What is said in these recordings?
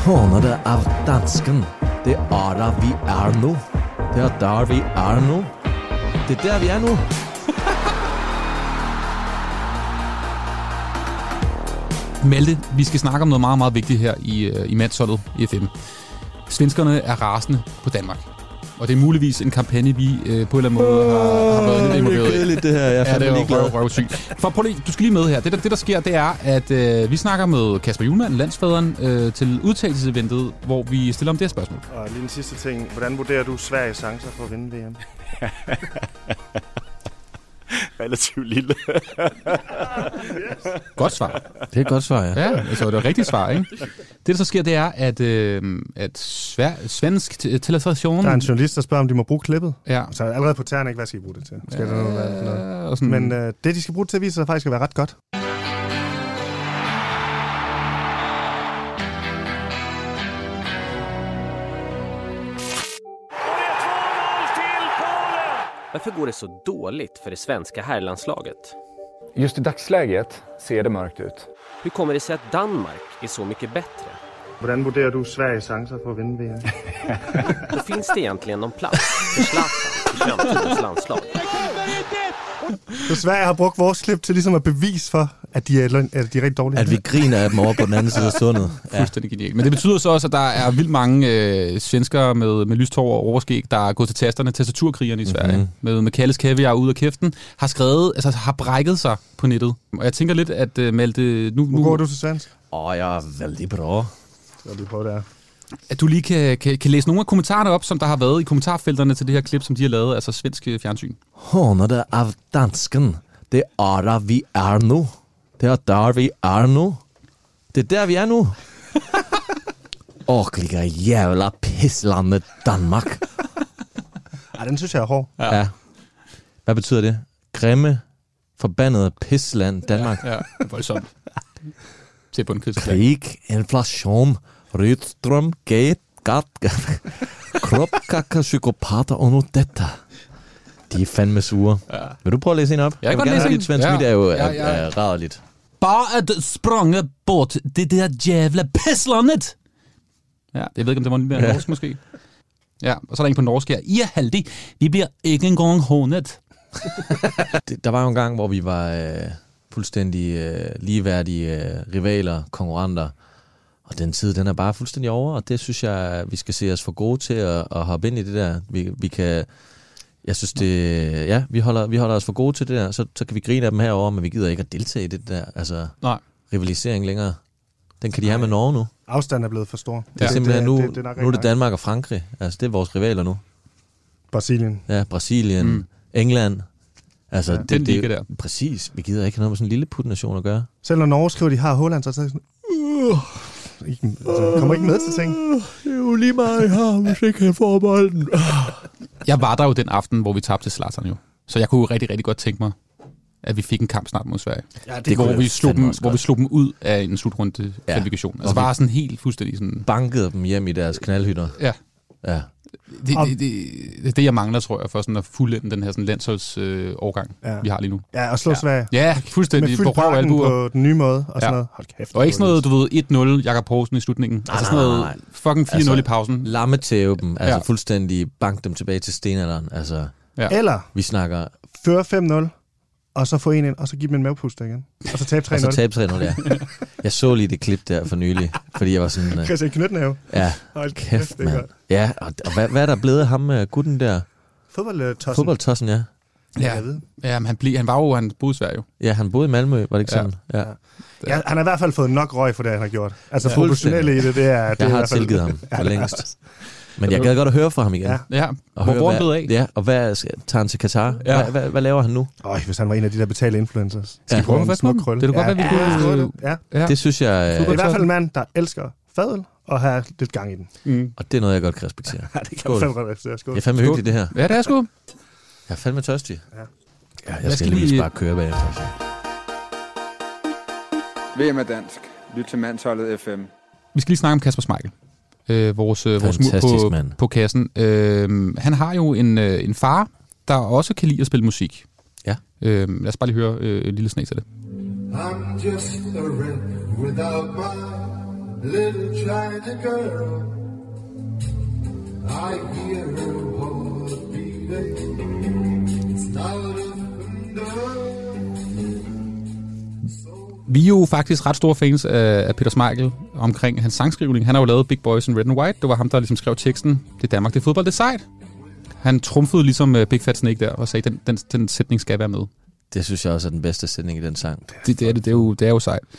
Hånede av dansken. Det er der vi er nu. Det er der vi er nu. Det er der vi er nu. Malte, vi skal snakke om noget meget, meget vigtigt her i Mandsholdet i FM. Svenskerne er rasende på Danmark. Og det er muligvis en kampagne, vi på en eller anden måde har været lidt involveret i. Det er kedeligt, det her. Jeg er det er røvsygt. For prøv lige, du skal lige med her. Det der sker, det er, at vi snakker med Kasper Hjulmand, landsfaderen, til udtagelseseventet, hvor vi stiller om det her spørgsmål. Og lige den sidste ting. Hvordan vurderer du Sveriges chancer for at vinde VM? Relativt lille. Godt svar. Det er et godt svar, ja. Ja, altså det er et rigtigt svar, ikke? Det, der så sker, det er, at svensk television... Der er en journalist, der spørger, om de må bruge klippet. Ja. Så allerede på tæerne, ikke, hvad skal I bruge det til? Skal det noget? Sådan... Men det, de skal bruge det til, viser sig faktisk at være ret godt. Varför går det så dåligt för det svenska herrlandslaget? Just i dagsläget ser det mörkt ut. Hur kommer det sig att Danmark är så mycket bättre? Hvordan vurderer du Sveriges chancer for at vinde VM? Då finns det egentligen någon plats för Zlatan i framtidens landslag. Så Sverige har brugt vores klip til ligesom at bevise for, at de er rigtig dårlige. At vi griner af dem over på den anden side af sundet. Ja. Fuldstændig genialt. Men det betyder så også, at der er vildt mange svenskere med lystår og overskæg, der er gået til tastaturkrigerne i Sverige. Med Kalles kaviar ud af kæften, har brækket sig på nettet. Og jeg tænker lidt, at Malte... Hvor går du til svensk? Jeg er vældig bra. Så lige prøve det her. At du lige kan læse nogle af kommentarerne op, som der har været i kommentarfelterne til det her klip, som de har lavet, altså svensk fjernsyn. Hånede av dansken. Det er der vi er nu. Det er der vi er nu. Det er der vi er nu. Åkliga jävla pisslandet Danmark. Ej, den synes jeg er hård. Ja. Hvad betyder det? Grimme, forbandede pissland Danmark. Ja, voldsomt. Til bundkrigsland. Krig, inflation, Rydström, gate, gat, kropkaka, psykopater og nu dette. De er fandme sure. Ja. Vil du prøve at læse en op? Jeg kan godt læse en. Dit svensk mit er jo rædderligt. Bare at sprange bort det der djævla pisslandet. Ja, jeg ved ikke, om det var lidt mere norsk måske. Ja, og så er der en på norsk her. I er heldige. Vi bliver ikke engang hånet. Der var jo en gang, hvor vi var fuldstændig ligeværdige rivaler, konkurrenter. Og den tid, den er bare fuldstændig over, og det synes jeg, vi skal se os for gode til at hoppe ind i det der. Vi kan... Jeg synes det... Ja, vi holder os for gode til det der, så kan vi grine af dem herovre, men vi gider ikke at deltage i det der, altså rivalisering længere. Den kan de have med Norge nu. Afstanden er blevet for stor. Det er simpelthen nu er det Danmark og Frankrig. Altså, det er vores rivaler nu. Brasilien. Ja, Brasilien, England. Altså, ja, den liga der. Præcis. Vi gider ikke noget med sådan en lille putnation at gøre. Selv når Norge skriver, de har Haaland, så er det sådan... kommer ikke med til ting. Det er jo lige meget her, hvis ikke han får bolden. Jeg var der jo den aften, hvor vi tabte til Zlatan jo. Så jeg kunne jo rigtig, rigtig godt tænke mig, at vi fik en kamp snart mod Sverige. Ja, det hvor vi slog dem ud af en slutrunde kvalifikation. Altså bare sådan helt fuldstændig sådan... Bankede dem hjem i deres knaldhytter. Ja. Ja. Det er det, jeg mangler, tror jeg, for sådan at fuldende den her sådan landsholdsårgang, vi har lige nu. Ja, og slå Sverige. Ja, fuldstændig. Med fuld pakken på den nye måde, og sådan noget. Hold kæft. Og ikke sådan noget, du ved, 1-0 Jakob Poulsen i slutningen. Altså sådan noget fucking 4-0 i pausen. Lammetæve dem, altså fuldstændig bank dem tilbage til stenalderen. Altså, eller vi snakker... Føre 5-0, og så få en ind, og så give dem en mavepuster igen. Og så tabe 3-0. Og så tabe 3-0, ja. Jeg så lige det klip der for nylig, fordi jeg var sådan... Christian Knytnæve. Ja, kæft, mand. Ja, og hvad er der blevet af ham, gutten der? Fodboldtossen, ja. Ja, men han boede i Sverige jo. Ja, han boede i Malmø, var det ikke sådan? Ja, han har i hvert fald fået nok røg for det, han har gjort. Altså professionelle i det, det er... Jeg har tilgivet ham for længst. Men jeg gad godt at høre fra ham igen. Ja. Hvor han blev af. Ja, og hvad tager han til Katar? Ja. Hvad laver han nu? Hvis han var en af de der betalte influencers. Skal vi prøve at få en krølle? Det er godt, at vi kunne... Ja. Det synes jeg... Det er i hvert fald en mand, der elsker fadøl og har lidt gang i den. Og det er noget, jeg godt kan respektere. Ja, det kan jeg fandme godt respektere. Skål. Det er fandme hyggeligt, det her. Ja, det er sgu. Jeg er fandme tørstig. Ja, jeg skal lige bare køre bagefter. VM er dansk. Lyt til Mandsholdet FM. Vi skal lige snakke om Kasper Schmeichel. Vores mur på kassen. Han har jo en far, der også kan lide at spille musik. Ja. Lad os bare lige høre en lille snak af det. I'm just a wreck without my little China girl. I hear her heart beating. It's not Vi er jo faktisk ret store fans af Peter Schmeichel omkring hans sangskrivning. Han har jo lavet Big Boys in Red and White. Det var ham, der ligesom skrev teksten. Det er Danmark, det er fodbold, det er sejt. Han trumfede ligesom Big Fat Snake der og sagde, den sætning skal være med. Det synes jeg også er den bedste sætning i den sang. Det er jo sejt.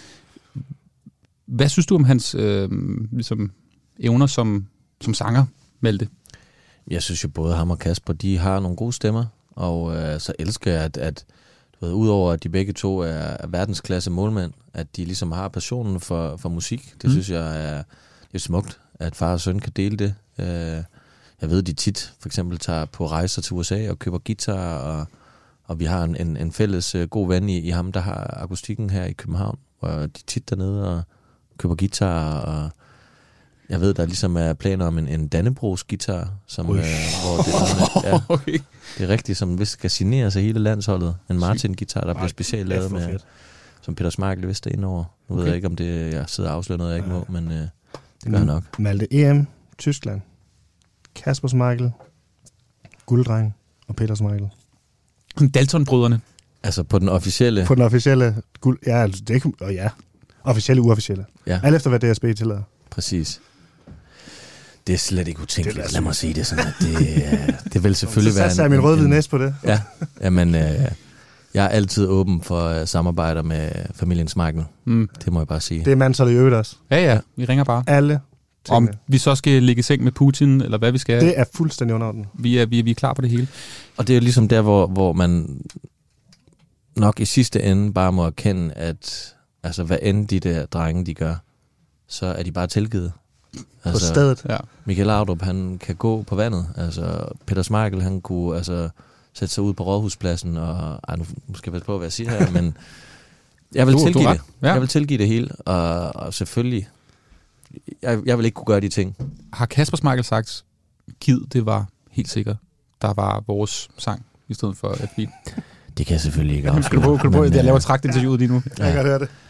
Hvad synes du om hans ligesom, evner som sanger, Malte? Jeg synes jo både ham og Kasper, de har nogle gode stemmer. Og så elsker jeg, at udover at de begge to er verdensklasse målmænd, at de ligesom har passionen for musik. Det synes jeg er smukt, at far og søn kan dele det. Jeg ved, de tit for eksempel tager på rejser til USA og køber guitar, og vi har en fælles god ven i ham, der har akustikken her i København, og de tit dernede og køber guitar, og jeg ved, der ligesom er planer om en Dannebrogs guitar, som, hvor det, okay. Det er rigtigt, som vist skal signeres af hele landsholdet. En Martin-guitar, der bliver specielt lavet med, som Peter Schmeichel vist er indover. Nu ved jeg ikke, om det jeg sidder og afslører noget, jeg ikke må, men det gør jeg nok. Malte EM, Tyskland, Kasper Schmeichel, Gulddreng og Peter Schmeichel. Dalton-brødrene. Altså på den officielle... På den officielle guld... Ja, altså det er, og ja. Officielle, uofficielle. Ja. Alt efter, hvad DSB tillader. Præcis. Det er slet ikke utænkeligt. Lad mig sige det sådan, at det vil selvfølgelig være... Så satte jeg min rødhvide næse på det. Ja, jamen, jeg er altid åben for samarbejder med familien Schmeichel. Det må jeg bare sige. Det er mandsholdet i øvrigt også. Ja, vi ringer bare. Alle tingene. Om vi så skal ligge i seng med Putin, eller hvad vi skal. Det er fuldstændig under den. Vi er klar på det hele. Og det er jo ligesom der, hvor man nok i sidste ende bare må erkende, at altså, hvad end de der drenge, de gør, så er de bare tilgivet. Altså, på stedet. Ja. Michael Laudrup, han kan gå på vandet. Altså, Peter Schmeichel, han kunne altså sætte sig ud på Rådhuspladsen, og nu skal jeg passe på, hvad jeg siger her, men jeg vil tilgive det. Ja. Jeg vil tilgive det hele, og selvfølgelig, jeg vil ikke kunne gøre de ting. Har Kasper Schmeichel sagt, Kid, det var helt sikkert, der var vores sang, i stedet for FB? Det kan jeg selvfølgelig ikke afsløre. Skal du på, jeg laver tragtinterviewet lige nu. Ja. Jeg kan høre det.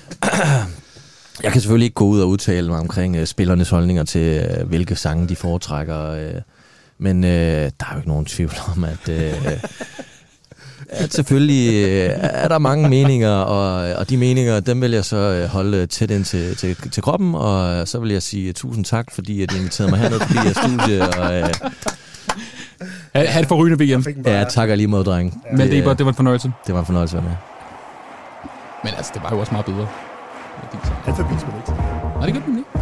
Jeg kan selvfølgelig ikke gå ud og udtale mig omkring spillernes holdninger til, hvilke sange de foretrækker. Men der er jo ikke nogen tvivl om, at selvfølgelig er der mange meninger, og de meninger, dem vil jeg så holde tæt ind til kroppen, og så vil jeg sige tusind tak, fordi at I inviterede mig herned forbi jeres studie. Ha' det forrygende VM. Ja, tak lige mod, dreng. Men det var en fornøjelse. Det var en fornøjelse at være med. Men altså, det var jo også meget bedre. Alfabet spiller ikke. Nej, det gør den ikke.